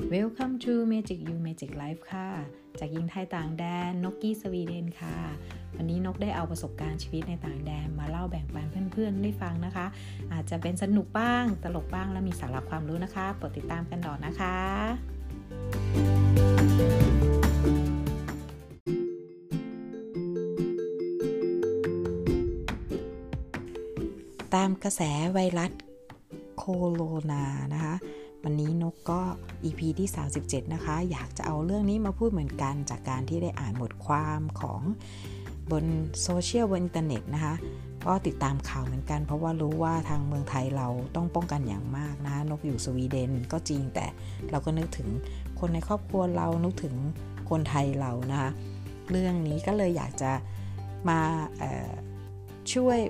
Welcome to Magic You Magic Life ค่ะจากหญิงไทยต่างแดนนกกี้สวีเดนค่ะวันนี้นกได้เอาประสบการณ์ชีวิตในต่างแดนมาเล่าแบ่งปันเพื่อนๆได้ฟังนะคะอาจจะเป็นสนุกบ้างตลกบ้างและมีสาระความรู้นะคะโปรดติดตามกันต่อนะคะตามกระแสไวรัสโคโรนานะคะวันนี้นกก็ EP ที่37นะคะอยากจะเอาเรื่องนี้มาพูดเหมือนกันจากการที่ได้อ่านบทความของบนโซเชียลบนอินเทอร์เน็ตนะคะก็ติดตามข่าวเหมือนกันเพราะว่ารู้ว่าทางเมืองไทยเราต้องป้องกันอย่างมากนะคะนกอยู่สวีเดนก็จริงแต่เราก็นึกถึงคนในครอบครัวเรานึกถึงคนไทยเรานะคะเรื่องนี้ก็เลยอยากจะมาช่วย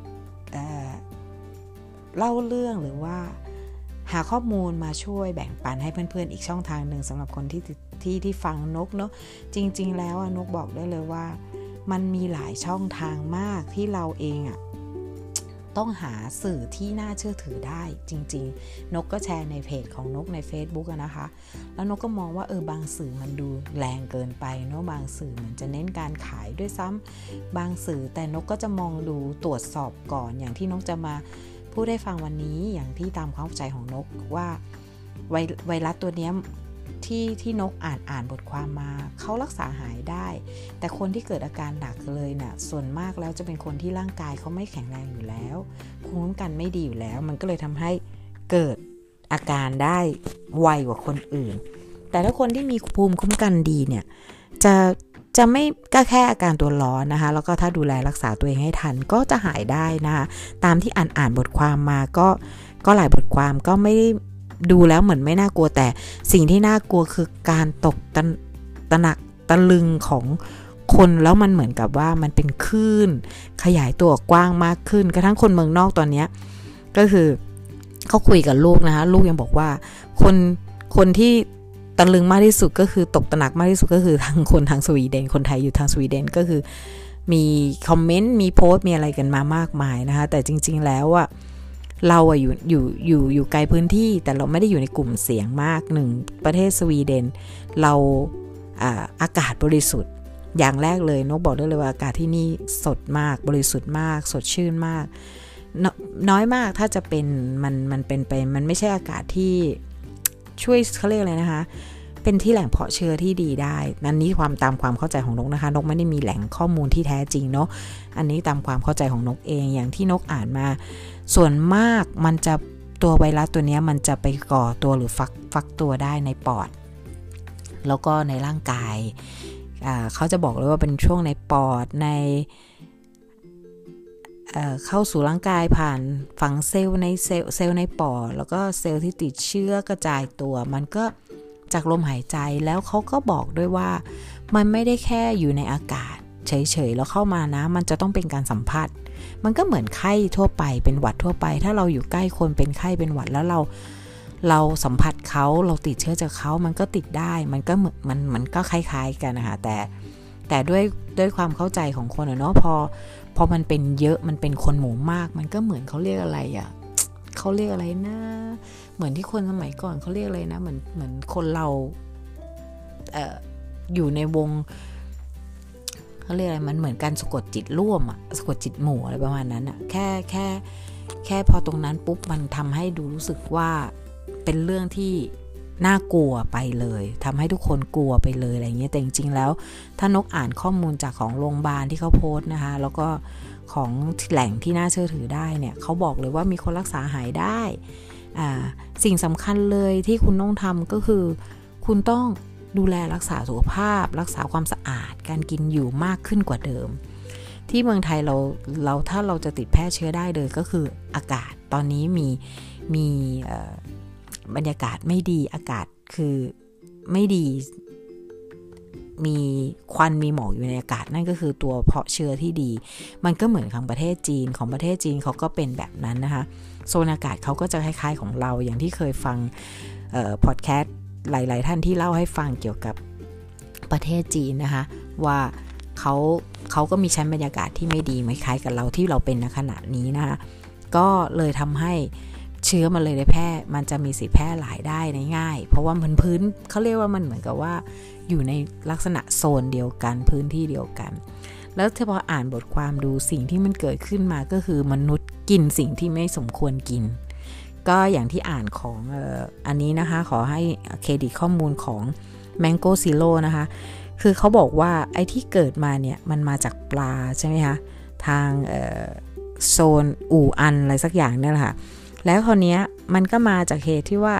เล่าเรื่องหรือว่าหาข้อมูลมาช่วยแบ่งปันให้เพื่อนๆอีกช่องทางหนึ่งสำหรับคนที่ฟังนกเนาะจริงๆแล้วนกบอกได้เลยว่ามันมีหลายช่องทางมากที่เราเองต้องหาสื่อที่น่าเชื่อถือได้จริงๆนกก็แชร์ในเพจของนกใน Facebook นะคะแล้วนกก็มองว่าบางสื่อมันดูแรงเกินไปเนาะบางสื่อเหมือนจะเน้นการขายด้วยซ้ำบางสื่อแต่นกก็จะมองดูตรวจสอบก่อนอย่างที่นกจะมาพูดได้ฟังวันนี้อย่างที่ตามความเข้าใจของนกว่าไวรัสตัวนี้ที่นกอ่านบทความมาเขารักษาหายได้แต่คนที่เกิดอาการหนักเลยน่ะส่วนมากแล้วจะเป็นคนที่ร่างกายเขาไม่แข็งแรงอยู่แล้วภูมิคุ้มกันไม่ดีอยู่แล้วมันก็เลยทำให้เกิดอาการได้ไวกว่าคนอื่นแต่ถ้าคนที่มีภูมิคุ้มกันดีเนี่ยจะไม่ก็แค่อาการตัวร้อนนะคะแล้วก็ถ้าดูแลรักษาตัวเองให้ทันก็จะหายได้นะคะตามที่อ่านบทความมาก็หลายบทความก็ไม่ได้ดูแล้วเหมือนไม่น่ากลัวแต่สิ่งที่น่ากลัวคือการตกตระหนักตะลึงของคนแล้วมันเหมือนกับว่ามันเป็นคลื่นขยายตัวกว้างมากขึ้นกระทั่งคนเมืองนอกตอนนี้ก็คือเขาคุยกับลูกนะคะลูกยังบอกว่าคนที่ตะลึงมากที่สุดก็คือตกตระหนักมากที่สุดก็คือทางสวีเดนคนไทยอยู่ทางสวีเดนก็คือมีคอมเมนต์มีโพสต์มีอะไรกันมามากมายนะคะแต่จริงๆแล้วเราอยู่ไกลพื้นที่แต่เราไม่ได้อยู่ในกลุ่มเสี่ยงมากหนึ่งประเทศสวีเดนเราอากาศบริสุทธิ์อย่างแรกเลยนกบอกได้เลยว่าอากาศที่นี่สดมากบริสุทธิ์มากสดชื่นมากน้อยมากถ้าจะเป็นมันเป็นไปมันไม่ใช่อากาศที่ช่วยเขาเรียกอะไรนะคะเป็นที่แหล่งเพาะเชื้อที่ดีได้อันนี้ตามความเข้าใจของนกนะคะนกไม่ได้มีแหล่งข้อมูลที่แท้จริงเนาะอันนี้ตามความเข้าใจของนกเองอย่างที่นกอ่านมาส่วนมากมันจะตัวไวรัสตัวนี้มันจะไปก่อตัวหรือฟักตัวได้ในปอดแล้วก็ในร่างกายเขาจะบอกเลยว่าเป็นช่วงในปอดในเข้าสู่ร่างกายผ่านฝังเซลล์ในเซลล์ในปอดแล้วก็เซลล์ที่ติดเชื้อกระจายตัวมันก็จากลมหายใจแล้วเขาก็บอกด้วยว่ามันไม่ได้แค่อยู่ในอากาศเฉยๆแล้วเข้ามานะมันจะต้องเป็นการสัมผัสมันก็เหมือนไข้ทั่วไปเป็นหวัดทั่วไปถ้าเราอยู่ใกล้คนเป็นไข้เป็นหวัดแล้วเราสัมผัสเขาเราติดเชื้อจากเขามันก็ติดได้มันก็มันก็คล้ายๆกันนะคะแต่ด้วยความเข้าใจของคนเนาะพอมันเป็นเยอะมันเป็นคนหมู่มากมันก็เหมือนเขาเรียกอะไรเขาเรียกอะไรนะเหมือนที่คนสมัยก่อนเขาเรียกอะไรนะเหมือนคนเราอยู่ในวงเขาเรียกอะไรมันเหมือนการสะกดจิตร่วมสะกดจิตหมู่อะไรประมาณนั้นแค่พอตรงนั้นปุ๊บมันทำให้ดูรู้สึกว่าเป็นเรื่องที่น่ากลัวไปเลยทำให้ทุกคนกลัวไปเลยอะไรเงี้ยแต่จริงๆแล้วถ้านกอ่านข้อมูลจากของโรงพยาบาลที่เขาโพสต์นะคะแล้วก็ของแหล่งที่น่าเชื่อถือได้เนี่ยเขาบอกเลยว่ามีคนรักษาหายได้สิ่งสำคัญเลยที่คุณต้องทำก็คือคุณต้องดูแลรักษาสุขภาพรักษาความสะอาดการกินอยู่มากขึ้นกว่าเดิมที่เมืองไทยเราถ้าเราจะติดแพร่เชื้อได้เลยก็คืออากาศตอนนี้มีบรรยากาศไม่ดีอากาศคือไม่ดีมีควันมีหมอกอยู่ในอากาศนั่นก็คือตัวเพาะเชื้อที่ดีมันก็เหมือนของประเทศจีนเขาก็เป็นแบบนั้นนะคะโซนอากาศเขาก็จะคล้ายๆของเราอย่างที่เคยฟังพอดแคสต์หลายๆท่านที่เล่าให้ฟังเกี่ยวกับประเทศจีนนะคะว่าเขาก็มีชั้นบรรยากาศที่ไม่ดีคล้ายกับเราที่เราเป็นในขณะนี้นะคะก็เลยทำให้เชื้อมันเลยได้แพร่มันจะมีสิทธิแพร่หลายได้ในง่ายเพราะว่าพื้นเขาเรียกว่ามันเหมือนกับว่าอยู่ในลักษณะโซนเดียวกันพื้นที่เดียวกันแล้วพออ่านบทความดูสิ่งที่มันเกิดขึ้นมาก็คือมนุษย์กินสิ่งที่ไม่สมควรกินก็อย่างที่อ่านของอันนี้นะคะขอให้เครดิตข้อมูลของ Mango Zero นะคะคือเขาบอกว่าไอ้ที่เกิดมาเนี่ยมันมาจากปลาใช่ไหมคะทางโซนอู่อันอะไรสักอย่างเนี่ยแหละค่ะแล้วคราวนี้มันก็มาจากเหตุที่ว่า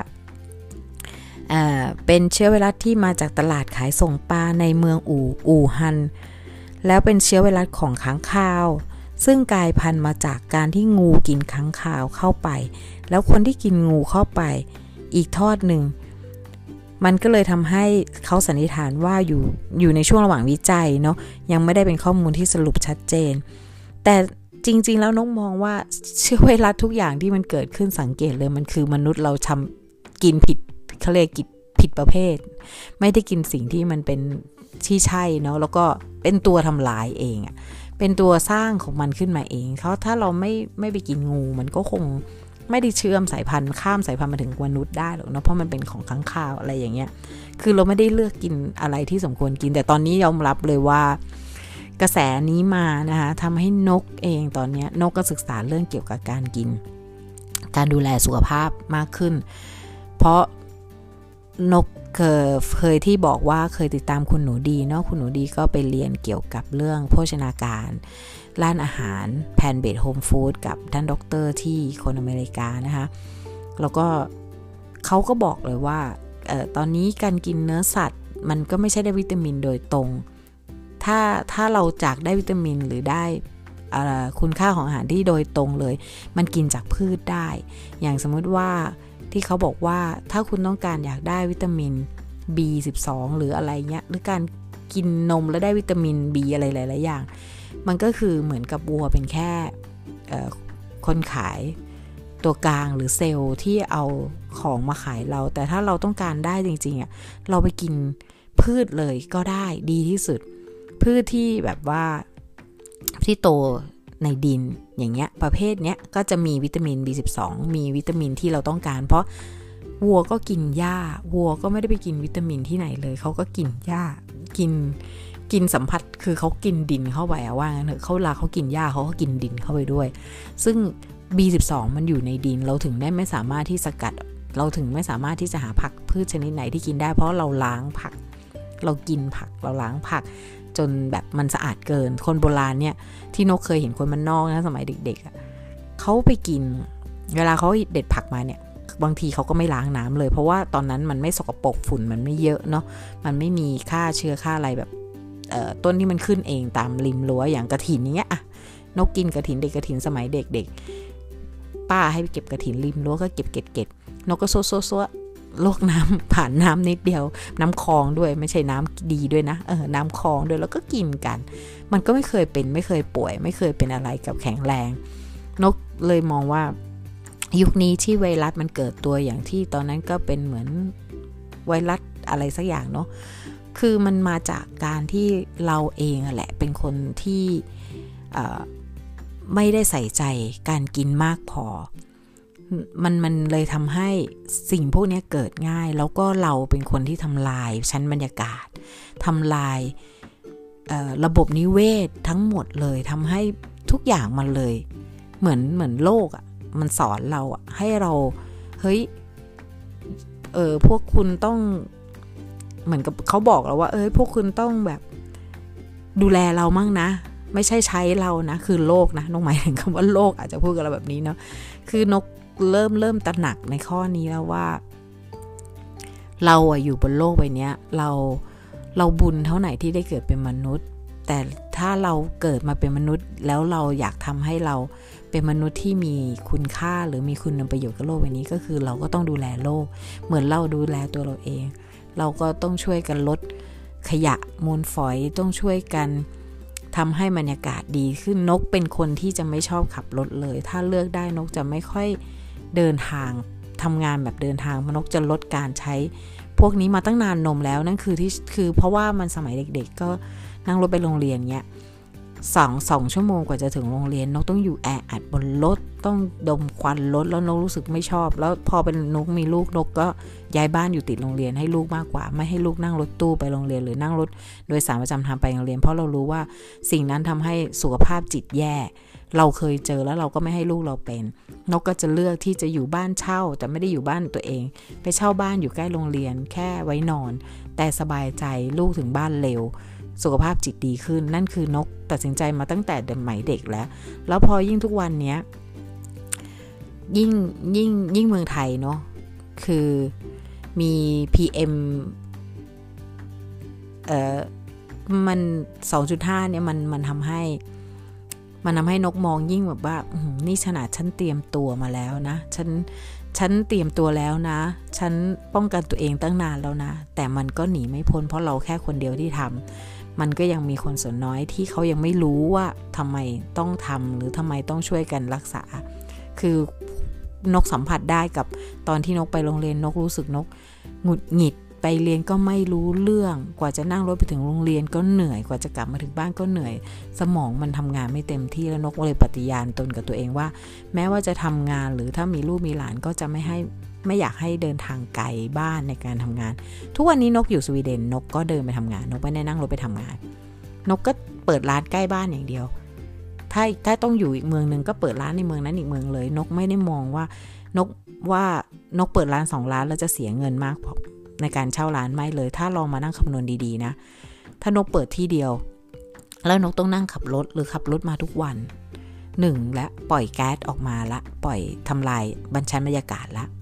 เป็นเชื้อไวรัสที่มาจากตลาดขายส่งปลาในเมืองอู่ฮั่นแล้วเป็นเชื้อไวรัสของค้างคาวซึ่งกลายพันธุ์มาจากการที่งูกินค้างคาวเข้าไปแล้วคนที่กินงูเข้าไปอีกทอดหนึ่งมันก็เลยทำให้เขาสันนิษฐานว่าอยู่ในช่วงระหว่างวิจัยเนาะยังไม่ได้เป็นข้อมูลที่สรุปชัดเจนแต่จริงๆแล้วนกมองว่าเชื้อไวรัสทุกอย่างที่มันเกิดขึ้นสังเกตเลยมันคือมนุษย์เราทำกินผิดเขาเรียกกินผิดประเภทไม่ได้กินสิ่งที่มันเป็นที่ใช่เนาะแล้วก็เป็นตัวทำลายเองอะเป็นตัวสร้างของมันขึ้นมาเองเขาถ้าเราไม่ไปกินงูมันก็คงไม่ได้เชื่อมสายพันธุ์ข้ามสายพันธุ์มาถึงมนุษย์ได้หรอกเนาะเพราะมันเป็นของค้างคาวอะไรอย่างเงี้ยคือเราไม่ได้เลือกกินอะไรที่สมควรกินแต่ตอนนี้ยอมรับเลยว่ากระแสนี้มานะคะทำให้นกเองตอนนี้นกก็ศึกษาเรื่องเกี่ยวกับการกินการดูแลสุขภาพมากขึ้นเพราะนกเคยที่บอกว่าเคยติดตามคุณหนูดีเนาะคุณหนูดีก็ไปเรียนเกี่ยวกับเรื่องโภชนาการร้านอาหารแพนเบดโฮมฟู้ดกับท่านด็อกเตอร์ที่คนอเมริกานะคะแล้วก็เขาก็บอกเลยว่าตอนนี้การกินเนื้อสัตว์มันก็ไม่ใช่ได้วิตามินโดยตรงถ้าเราจากได้วิตามินหรือได้คุณค่าของอาหารที่โดยตรงเลยมันกินจากพืชได้อย่างสมมติว่าที่เขาบอกว่าถ้าคุณต้องการอยากได้วิตามิน B12 หรืออะไรเงี้ยหรือการกินนมแล้วได้วิตามิน B อะไรหลายๆอย่างมันก็คือเหมือนกับวัวเป็นแค่คนขายตัวกลางหรือเซลล์ที่เอาของมาขายเราแต่ถ้าเราต้องการได้จริงๆอ่ะเราไปกินพืชเลยก็ได้ดีที่สุดพืชที่แบบว่าที่โตในดินอย่างเงี้ยประเภทเนี้ยก็จะมีวิตามิน B12 มีวิตามินที่เราต้องการเพราะวัวก็กินหญ้าวัวก็ไม่ได้ไปกินวิตามินที่ไหนเลยเขาก็กินหญ้ากินสัมผัสคือเขากินดินเข้าไปว่างั้นเถอะเขากินหญ้าเขาก็กินดินเข้าไปด้วยซึ่ง B12 มันอยู่ในดินเราถึงได้ไม่สามารถที่สกัดเราถึงไม่สามารถที่จะหาผักพืชชนิดไหนที่กินได้เพราะเราล้างผักเรากินผักเราล้างผักจนแบบมันสะอาดเกินคนโบราณเนี่ยที่นกเคยเห็นคนมันนอกนะสมัยเด็กๆเขาไปกินเวลาเขาเด็ดผักมาเนี่ยบางทีเขาก็ไม่ล้างน้ำเลยเพราะว่าตอนนั้นมันไม่สกปรกฝุ่นมันไม่เยอะเนาะมันไม่มีค่าเชื้อค่าอะไรแบบต้นที่มันขึ้นเองตามริมรั้วอย่างกระถินเนี้ยอะนกกินกระถินเด็กกระถินสมัยเด็กๆป้าให้ไปเก็บกระถินริมรั้วก็เก็บนกก็โซลวกน้ำผ่านน้ำนิดเดียวน้ำคลองด้วยไม่ใช่น้ำดีด้วยนะน้ำคลองด้วยแล้วก็กินกันมันก็ไม่เคยเป็นไม่เคยป่วยไม่เคยเป็นอะไรกับแข็งแรงนกเลยมองว่ายุคนี้ที่ไวรัสมันเกิดตัวอย่างที่ตอนนั้นก็เป็นเหมือนไวรัสอะไรสักอย่างเนาะคือมันมาจากการที่เราเองแหละเป็นคนที่ไม่ได้ใส่ใจการกินมากพอมันเลยทำให้สิ่งพวกนี้เกิดง่ายแล้วก็เราเป็นคนที่ทำลายชั้นบรรยากาศทำลายระบบนิเวศทั้งหมดเลยทำให้ทุกอย่างมันเลยเหมือนโลกอ่ะมันสอนเราอ่ะให้เราเฮ้ยพวกคุณต้องเหมือนกับเขาบอกเราว่าพวกคุณต้องแบบดูแลเรามั่งนะไม่ใช่ใช้เรานะคือโลกนะนกหมายถึงคำว่าโลกอาจจะพูดกับเราแบบนี้เนาะคือนกเริ่มตระหนักในข้อนี้แล้วว่าเราอยู่บนโลกใบนี้เราบุญเท่าไหร่ที่ได้เกิดเป็นมนุษย์แต่ถ้าเราเกิดมาเป็นมนุษย์แล้วเราอยากทำให้เราเป็นมนุษย์ที่มีคุณค่าหรือมีคุณประโยชน์กับโลกใบนี้ก็คือเราก็ต้องดูแลโลกเหมือนเราดูแลตัวเราเองเราก็ต้องช่วยกันลดขยะมูลฝอยต้องช่วยกันทำให้บรรยากาศดีขึ้นนกเป็นคนที่จะไม่ชอบขับรถเลยถ้าเลือกได้นกจะไม่ค่อยเดินทางทำงานแบบเดินทางนกจะลดการใช้พวกนี้มาตั้งนานนมแล้วนั่นคือเพราะว่ามันสมัยเด็กๆก็นั่งรถไปโรงเรียนเงี้ย 2 ชั่วโมงกว่าจะถึงโรงเรียนนกต้องอยู่แออัดบนรถต้องดมควันรถแล้วนกรู้สึกไม่ชอบแล้วพอเป็นนกมีลูกนกก็ย้ายบ้านอยู่ติดโรงเรียนให้ลูกมากกว่าไม่ให้ลูกนั่งรถตู้ไปโรงเรียนหรือนั่งรถโดยสารประจำทางไปโรงเรียนเพราะเรารู้ว่าสิ่งนั้นทำให้สุขภาพจิตแย่เราเคยเจอแล้วเราก็ไม่ให้ลูกเราเป็นนกก็จะเลือกที่จะอยู่บ้านเช่าแต่ไม่ได้อยู่บ้านตัวเองไปเช่าบ้านอยู่ใกล้โรงเรียนแค่ไว้นอนแต่สบายใจลูกถึงบ้านเร็วสุขภาพจิตดีขึ้นนั่นคือนกตัดสินใจมาตั้งแต่สมัยเด็กแล้วพอยิ่งทุกวันนี้ยิ่งเมืองไทยเนาะคือมี PM มัน 2.5 เนี่ยมันทำให้นกมองยิ่งแบบว่านี่ขนาดฉันเตรียมตัวมาแล้วนะฉันเตรียมตัวแล้วนะฉันป้องกันตัวเองตั้งนานแล้วนะแต่มันก็หนีไม่พ้นเพราะเราแค่คนเดียวที่ทำมันก็ยังมีคนส่วนน้อยที่เขายังไม่รู้ว่าทำไมต้องทำหรือทำไมต้องช่วยกันรักษาคือนกสัมผัสได้กับตอนที่นกไปโรงเรียนนกรู้สึกนกหงุดหงิดไปเรียนก็ไม่รู้เรื่องกว่าจะนั่งรถไปถึงโรงเรียนก็เหนื่อยกว่าจะกลับมาถึงบ้านก็เหนื่อยสมองมันทำงานไม่เต็มที่แล้วนกเลยปฏิญาณตนกับตัวเองว่าแม้ว่าจะทำงานหรือถ้ามีลูกมีหลานก็จะไม่อยากให้เดินทางไกลบ้านในการทำงานทุกวันนี้นกอยู่สวีเดนนกก็เดินไปทำงานนกไม่ได้นั่งรถไปทำงานนกก็เปิดร้านใกล้บ้านอย่างเดียวถ้าต้องอยู่อีกเมืองนึงก็เปิดร้านในเมืองนั้นอีกเมืองเลยนกไม่ได้มองว่านกเปิดร้าน2 ร้านแล้วจะเสียเงินมากในการเช่าร้านไม่เลยถ้าลองมานั่งคำนวณดีๆนะถ้านกเปิดที่เดียวแล้วนกต้องนั่งขับรถหรือขับรถมาทุกวัน1และปล่อยแก๊สออกมาละปล่อยทำลายบรรยากาศละ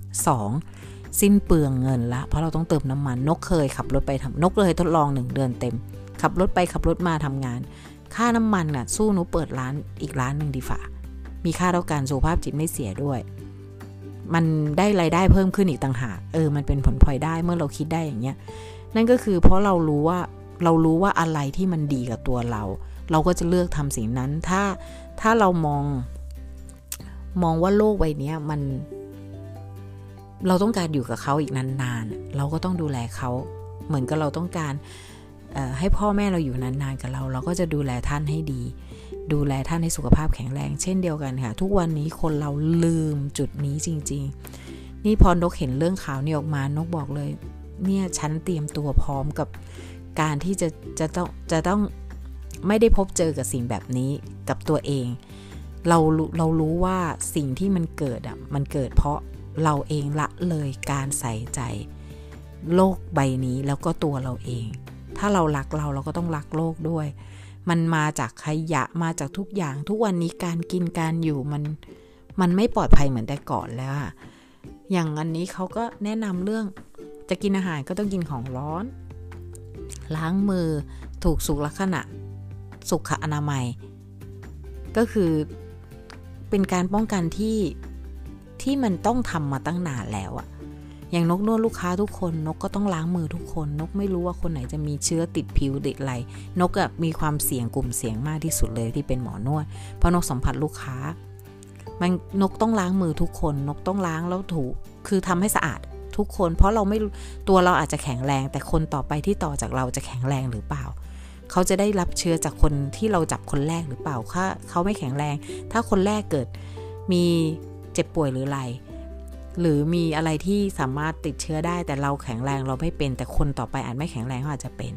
2สิ้นเปลืองเงินละเพราะเราต้องเติมน้ำมันนกเคยขับรถไปนกเลยทดลอง1 เดือนเต็มขับรถไปขับรถมาทำงานค่าน้ำมันน่ะสู้นกเปิดร้านอีกร้านนึงดีฝ่ามีค่าเท่ากันสุขภาพจิตไม่เสียด้วยมันได้รายได้เพิ่มขึ้นอีกต่างหากมันเป็นผลพลอยได้เมื่อเราคิดได้อย่างเงี้ยนั่นก็คือเพราะเรารู้ว่าอะไรที่มันดีกับตัวเราก็จะเลือกทำสิ่งนั้นถ้าเรามองว่าโลกใบนี้มันเราต้องการอยู่กับเขาอีกนานๆเราก็ต้องดูแลเขาเหมือนกับเราต้องการให้พ่อแม่เราอยู่นานๆกับเราก็จะดูแลท่านให้ดีดูแลท่านให้สุขภาพแข็งแรงเช่นเดียวกันค่ะทุกวันนี้คนเราลืมจุดนี้จริงๆนี่พอนกเห็นเรื่องข่าวนี้ออกมานกบอกเลยเนี่ยฉันเตรียมตัวพร้อมกับการที่จะต้องไม่ได้พบเจอกับสิ่งแบบนี้กับตัวเองเรารู้ว่าสิ่งที่มันเกิดมันเกิดเพราะเราเองละเลยการใส่ใจโลกใบนี้แล้วก็ตัวเราเองถ้าเรารักเราก็ต้องรักโลกด้วยมันมาจากขยะมาจากทุกอย่างทุกวันนี้การกินการอยู่มันไม่ปลอดภัยเหมือนแต่ก่อนแล้วอะอย่างอันนี้เขาก็แนะนำเรื่องจะกินอาหารก็ต้องกินของร้อนล้างมือถูกสุขลักษณะสุขอนามัยก็คือเป็นการป้องกันที่มันต้องทำมาตั้งนานแล้วอะอย่างนกนวดลูกค้าทุกคนนกก็ต้องล้างมือทุกคนนกไม่รู้ว่าคนไหนจะมีเชื้อติดผิวติดอะไรนกมีความเสี่ยงกลุ่มเสี่ยงมากที่สุดเลยที่เป็นหมอนวดเพราะนกสัมผัสลูกค้านกต้องล้างมือทุกคนนกต้องล้างแล้วถูคือทำให้สะอาดทุกคนเพราะเราไม่ตัวเราอาจจะแข็งแรงแต่คนต่อไปที่ต่อจากเราจะแข็งแรงหรือเปล่าเขาจะได้รับเชื้อจากคนที่เราจับคนแรกหรือเปล่าเขาไม่แข็งแรงถ้าคนแรกเกิดมีเจ็บป่วยหรืออะไรหรือมีอะไรที่สามารถติดเชื้อได้แต่เราแข็งแรงเราไม่เป็นแต่คนต่อไปอาจไม่แข็งแรงเขาอาจจะเป็น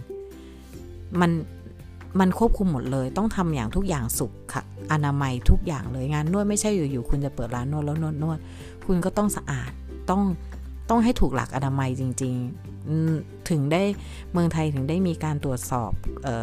มันควบคุมหมดเลยต้องทำอย่างทุกอย่างสุขค่ะอนามัยทุกอย่างเลยงานนวดไม่ใช่อยู่ๆคุณจะเปิดร้านนวดแล้วนวดคุณก็ต้องสะอาดต้องให้ถูกหลักอนามัยจริงๆถึงได้เมืองไทยถึงได้มีการตรวจสอบ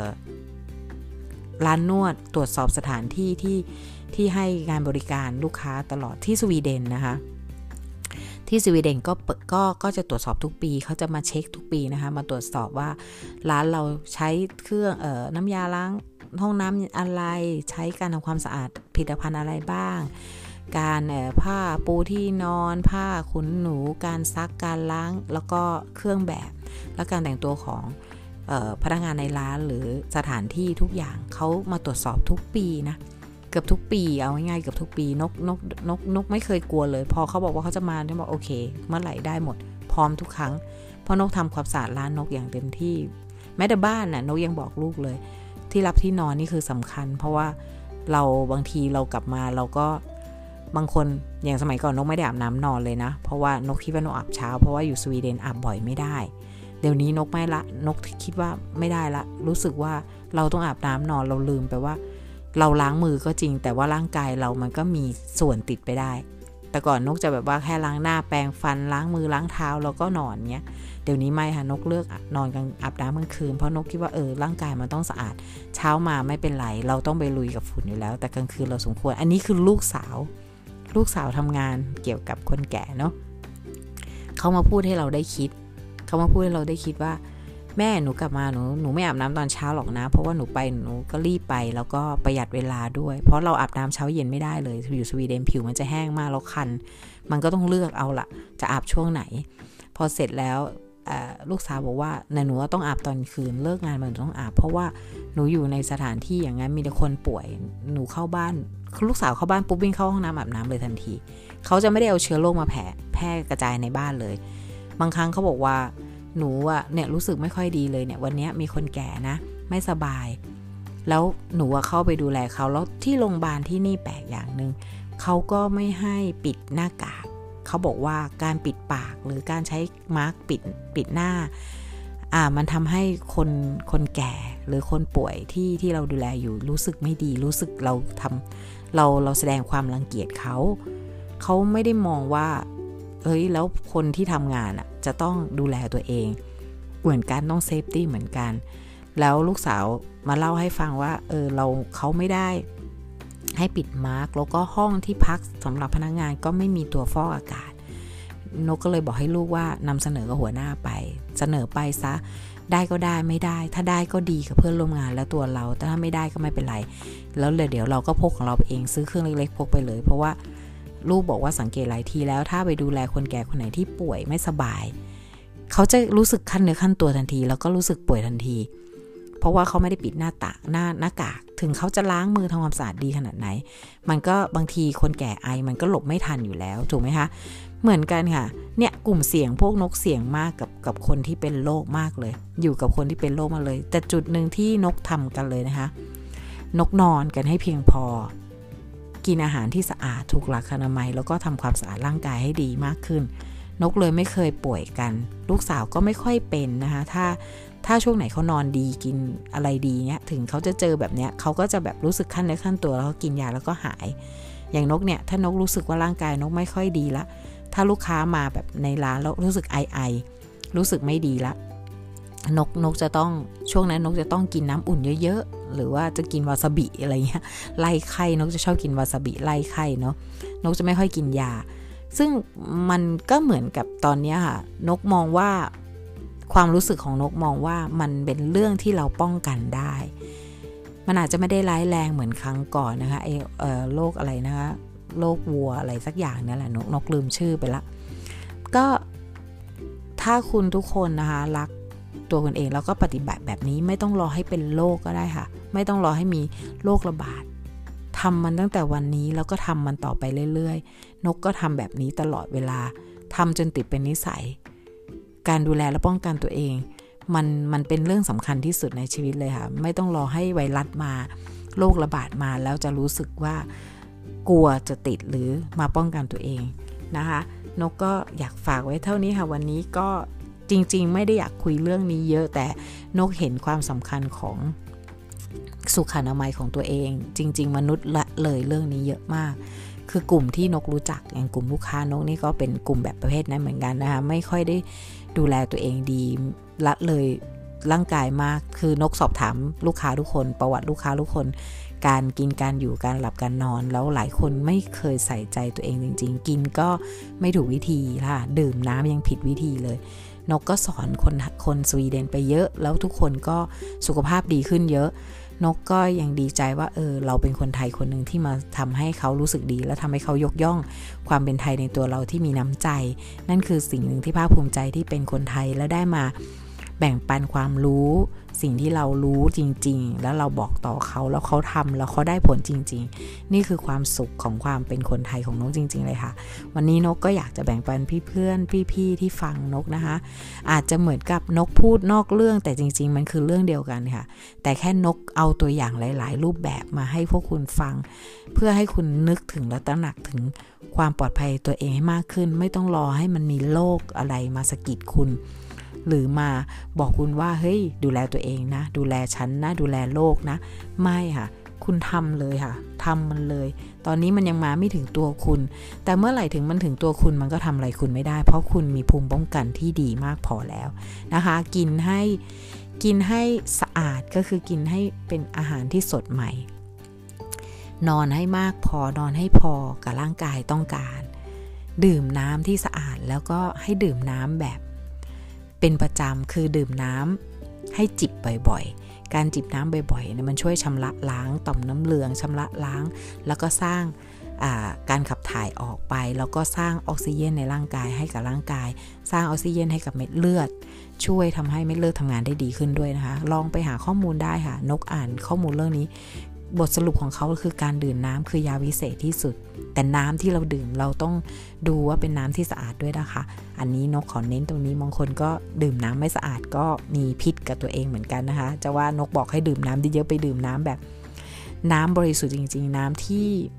ร้านนวดตรวจสอบสถานที่ที่ให้งานบริการลูกค้าตลอดที่สวีเดนนะคะที่สวีเดนก็จะตรวจสอบทุกปีเขาจะมาเช็คทุกปีนะคะมาตรวจสอบว่าร้านเราใช้เครื่องน้ำยาล้างห้องน้ำอะไรใช้การทำความสะอาดผลิตภัณฑ์อะไรบ้างการผ้าปูที่นอนผ้าขนหนูการซักการล้างแล้วก็เครื่องแบบและการแต่งตัวของพนักงานในร้านหรือสถานที่ทุกอย่างเขามาตรวจสอบทุกปีนะเกือบทุกปีเอาง่ายๆเกือบทุกปีนกไม่เคยกลัวเลยพอเขาบอกว่าเขาจะมาเนี่ยบอกโอเคเมื่อไหร่ได้หมดพร้อมทุกครั้งเพราะนกทำความสะอาดร้านนกอย่างเต็มที่แม้แต่บ้านน่ะนกยังบอกลูกเลยที่รับที่นอนนี่คือสำคัญเพราะว่าเราบางทีเรากลับมาเราก็บางคนอย่างสมัยก่อนนกไม่ได้อาบน้ำนอนเลยนะเพราะว่านกคิดว่านกอาบเช้าเพราะว่าอยู่สวีเดนอาบบ่อยไม่ได้เดี๋ยวนี้นกไม่ละนกคิดว่าไม่ได้ละรู้สึกว่าเราต้องอาบน้ำนอนเราลืมไปว่าเราล้างมือก็จริงแต่ว่าร่างกายเรามันก็มีส่วนติดไปได้แต่ก่อนนกจะแบบว่าแค่ล้างหน้าแปรงฟันล้างมือล้างเท้าแล้วก็นอนเงี้ยเดี๋ยวนี้ไม่ค่ะนกเลือกนอนกลางอาบน้ำกลางคืนเพราะนกคิดว่าร่างกายมันต้องสะอาดเช้ามาไม่เป็นไรเราต้องไปลุยกับฝุ่นอยู่แล้วแต่กลางคืนเราสมควรอันนี้คือลูกสาวทำงานเกี่ยวกับคนแก่เนาะเขามาพูดให้เราได้คิดว่าแม่หนูกลับมาหนูไม่อาบน้ำตอนเช้าหรอกนะเพราะว่าหนูก็รีบไปแล้วก็ประหยัดเวลาด้วยเพราะเราอาบน้ำเช้าเย็นไม่ได้เลยอยู่สวีเดนผิวมันจะแห้งมากแล้วคันมันก็ต้องเลือกเอาละจะอาบช่วงไหนพอเสร็จแล้วลูกสาวบอกว่าหนูต้องอาบตอนคืนเลิกงานมันต้องอาบเพราะว่าหนูอยู่ในสถานที่อย่างนั้นมีแต่คนป่วยหนูเข้าบ้านลูกสาวเข้าบ้านปุ๊บวิ่งเข้าห้องน้ำอาบน้ำเลยทันทีเขาจะไม่ได้เอาเชื้อโรคมาแพร่กระจายในบ้านเลยบางครั้งเขาบอกว่าหนูเนี่ยรู้สึกไม่ค่อยดีเลยเนี่ยวันนี้มีคนแก่นะไม่สบายแล้วหนูเข้าไปดูแลเขาแล้วที่โรงพยาบาลที่นี่แปลกอย่างนึงเขาก็ไม่ให้ปิดหน้ากากเขาบอกว่าการปิดปากหรือการใช้มาร์กปิดหน้ามันทำให้คนแก่หรือคนป่วยที่เราดูแลอยู่รู้สึกไม่ดีรู้สึกเราแสดงความรังเกียจเขาไม่ได้มองว่าแล้วคนที่ทำงานจะต้องดูแลตัวเองเหมือนกันต้องเซฟตี้เหมือนกันแล้วลูกสาวมาเล่าให้ฟังว่าเขาไม่ได้ให้ปิดมาร์กแล้วก็ห้องที่พักสำหรับพนักงานก็ไม่มีตัวฟอกอากาศนกก็เลยบอกให้ลูกว่านำเสนอกับหัวหน้าไปเสนอไปซะได้ก็ได้ไม่ได้ถ้าได้ก็ดีกับเพื่อนร่วมงานและตัวเราแต่ถ้าไม่ได้ก็ไม่เป็นไรแล้วเดี๋ยวเราก็พกของเราไปเองซื้อเครื่องเล็กๆพกไปเลยเพราะว่าลูกบอกว่าสังเกตหลายทีแล้วถ้าไปดูแลคนแก่คนไหนที่ป่วยไม่สบายเขาจะรู้สึกขั้นเนื้อขั้นตัวทันทีแล้วก็รู้สึกป่วยทันทีเพราะว่าเขาไม่ได้ปิดหน้ากากถึงเขาจะล้างมือทำความสะอาดดีขนาดไหนมันก็บางทีคนแก่ไอมันก็หลบไม่ทันอยู่แล้วถูกไหมคะเหมือนกันค่ะเนี่ยกลุ่มเสี่ยงพวกนกเสี่ยงมากกับคนที่เป็นโรคมากเลยอยู่กับคนที่เป็นโรคมาเลยแต่จุดนึงที่นกทำกันเลยนะคะนกนอนกันให้เพียงพอกินอาหารที่สะอาดถูกหลักอนามัยแล้วก็ทำความสะอาดร่างกายให้ดีมากขึ้นนกเลยไม่เคยป่วยกันลูกสาวก็ไม่ค่อยเป็นนะคะถ้าช่วงไหนเขานอนดีกินอะไรดีเนี้ยถึงเขาจะเจอแบบเนี้ยเขาก็จะแบบรู้สึกขั้นเนื้อขั้นตัวแล้วก็กินยาแล้วก็หายอย่างนกเนี่ยถ้านกรู้สึกว่าร่างกายนกไม่ค่อยดีละถ้าลูกค้ามาแบบในร้านแล้วรู้สึกไอรู้สึกไม่ดีละนกจะต้องช่วงนั้นนกจะต้องกินน้ำอุ่นเยอะๆหรือว่าจะกินวาซาบิอะไรเงี้ยไล่ไข้นกจะชอบกินวาซาบิไล่ไข้เนาะนกจะไม่ค่อยกินยาซึ่งมันก็เหมือนกับตอนนี้ค่ะนกมองว่าความรู้สึกของนกมองว่ามันเป็นเรื่องที่เราป้องกันได้มันอาจจะไม่ได้ร้ายแรงเหมือนครั้งก่อนนะคะโรคอะไรนะคะโรควัวอะไรสักอย่างนั่นแหละนกลืมชื่อไปละก็ถ้าคุณทุกคนนะคะรักตัวคุณเองแล้วก็ปฏิบัติแบบนี้ไม่ต้องรอให้เป็นโรคก็ได้ค่ะไม่ต้องรอให้มีโรคระบาดทำมันตั้งแต่วันนี้แล้วก็ทำมันต่อไปเรื่อยๆนกก็ทำแบบนี้ตลอดเวลาทำจนติดเป็นนิสัยการดูแลและป้องกันตัวเองมันเป็นเรื่องสำคัญที่สุดในชีวิตเลยค่ะไม่ต้องรอให้ไวรัสมาโรคระบาดมาแล้วจะรู้สึกว่ากลัวจะติดหรือมาป้องกันตัวเองนะคะนกก็อยากฝากไว้เท่านี้ค่ะวันนี้ก็จริงๆไม่ได้อยากคุยเรื่องนี้เยอะแต่นกเห็นความสำคัญของสุขอนามัยของตัวเองจริงๆมนุษย์ละเลยเรื่องนี้เยอะมากคือกลุ่มที่นกรู้จักอย่างกลุ่มลูกค้านกนี่ก็เป็นกลุ่มแบบประเภทนั้นเหมือนกันนะคะไม่ค่อยได้ดูแลตัวเองดีละเลยร่างกายมากคือนกสอบถามลูกค้าทุกคนประวัติลูกค้าทุกคนการกินการอยู่การหลับการนอนแล้วหลายคนไม่เคยใส่ใจตัวเองจริงๆกินก็ไม่ถูกวิธีค่ะดื่มน้ำยังผิดวิธีเลยนกก็สอนคนสวีเดนไปเยอะแล้วทุกคนก็สุขภาพดีขึ้นเยอะนกก็ยังดีใจว่าเราเป็นคนไทยคนหนึ่งที่มาทำให้เขารู้สึกดีและทำให้เขายกย่องความเป็นไทยในตัวเราที่มีน้ำใจนั่นคือสิ่งหนึ่งที่ภาคภูมิใจที่เป็นคนไทยและได้มาแบ่งปันความรู้สิ่งที่เรารู้จริงๆแล้วเราบอกต่อเขาแล้วเขาทำแล้วเขาได้ผลจริงๆนี่คือความสุขของความเป็นคนไทยของนกจริงๆเลยค่ะวันนี้นกก็อยากจะแบ่งปันเพื่อนพี่ๆที่ฟังนกนะคะอาจจะเหมือนกับนกพูดนอกเรื่องแต่จริงๆมันคือเรื่องเดียวกันค่ะแต่แค่นกเอาตัวอย่างหลายๆรูปแบบมาให้พวกคุณฟังเพื่อให้คุณนึกถึงและตระหนักถึงความปลอดภัยตัวเองให้มากขึ้นไม่ต้องรอให้มันมีโรคอะไรมาสะกิดคุณหรือมาบอกคุณว่าเฮ้ยดูแลตัวเองนะดูแลฉันนะดูแลโลกนะไม่ค่ะคุณทำเลยค่ะทำมันเลยตอนนี้มันยังมาไม่ถึงตัวคุณแต่เมื่อไหร่ถึงมันถึงตัวคุณมันก็ทำอะไรคุณไม่ได้เพราะคุณมีภูมิป้องกันที่ดีมากพอแล้วนะคะกินให้สะอาดก็คือกินให้เป็นอาหารที่สดใหม่นอนให้มากพอนอนให้พอกับร่างกายต้องการดื่มน้ำที่สะอาดแล้วก็ให้ดื่มน้ำแบบเป็นประจำคือดื่มน้ำให้จิบบ่อยๆการจิบน้ำบ่อยๆเนี่ยมันช่วยชำระล้างต่อมน้ำเหลืองชำระล้างแล้วก็สร้างการขับถ่ายออกไปแล้วก็สร้างออกซิเจนในร่างกายให้กับร่างกายสร้างออกซิเจนให้กับเม็ดเลือดช่วยทำให้เม็ดเลือดทำงานได้ดีขึ้นด้วยนะคะลองไปหาข้อมูลได้ค่ะนกอ่านข้อมูลเรื่องนี้บทสรุปของเขาคือการดื่มน้ำคือยาวิเศษที่สุดแต่น้ำที่เราดื่มเราต้องดูว่าเป็นน้ำที่สะอาดด้วยนะคะอันนี้นกขอเน้นตรงนี้บางคนก็ดื่มน้ำไม่สะอาดก็มีพิษกับตัวเองเหมือนกันนะคะจะว่านกบอกให้ดื่มน้ำเยอะๆไปดื่มน้ำแบบน้ำบริสุทธิ์จริงๆน้ำ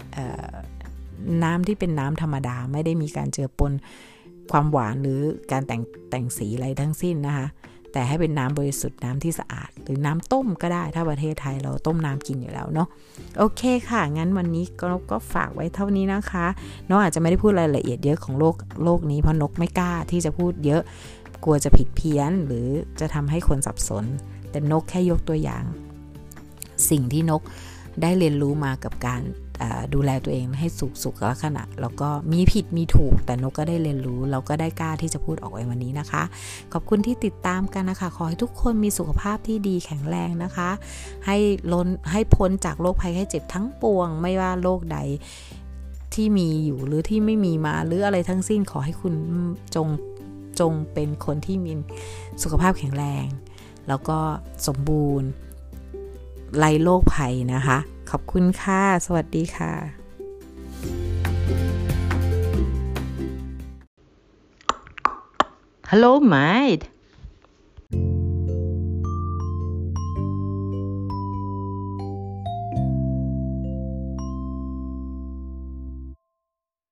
ที่เป็นน้ำธรรมดาไม่ได้มีการเจือปนความหวานหรือการแต่งสีอะไรทั้งสิ้นนะคะแต่ให้เป็นน้ำบริสุทธิ์น้ำที่สะอาดหรือน้ำต้มก็ได้ถ้าประเทศไทยเราต้มน้ำกินอยู่แล้วเนาะโอเคค่ะงั้นวันนี้ก็ฝากไว้เท่านี้นะคะน้องอาจจะไม่ได้พูดรายละเอียดเยอะของโลกนี้เพราะนกไม่กล้าที่จะพูดเยอะกลัวจะผิดเพี้ยนหรือจะทำให้คนสับสนแต่นกแค่ยกตัวอย่างสิ่งที่นกได้เรียนรู้มากับการดูแลตัวเองให้สุขลักษณะแล้วก็มีผิดมีถูกแต่นกก็ได้เรียนรู้เราก็ได้กล้าที่จะพูดออกไปวันนี้นะคะขอบคุณที่ติดตามกันนะคะขอให้ทุกคนมีสุขภาพที่ดีแข็งแรงนะคะให้พ้นจากโรคภัยไข้เจ็บทั้งปวงไม่ว่าโรคใดที่มีอยู่หรือที่ไม่มีมาหรืออะไรทั้งสิ้นขอให้คุณจงเป็นคนที่มีสุขภาพแข็งแรงแล้วก็สมบูรณ์ไร้โรคภัยนะคะขอบคุณค่ะสวัสดีค่ะ Hello, mate.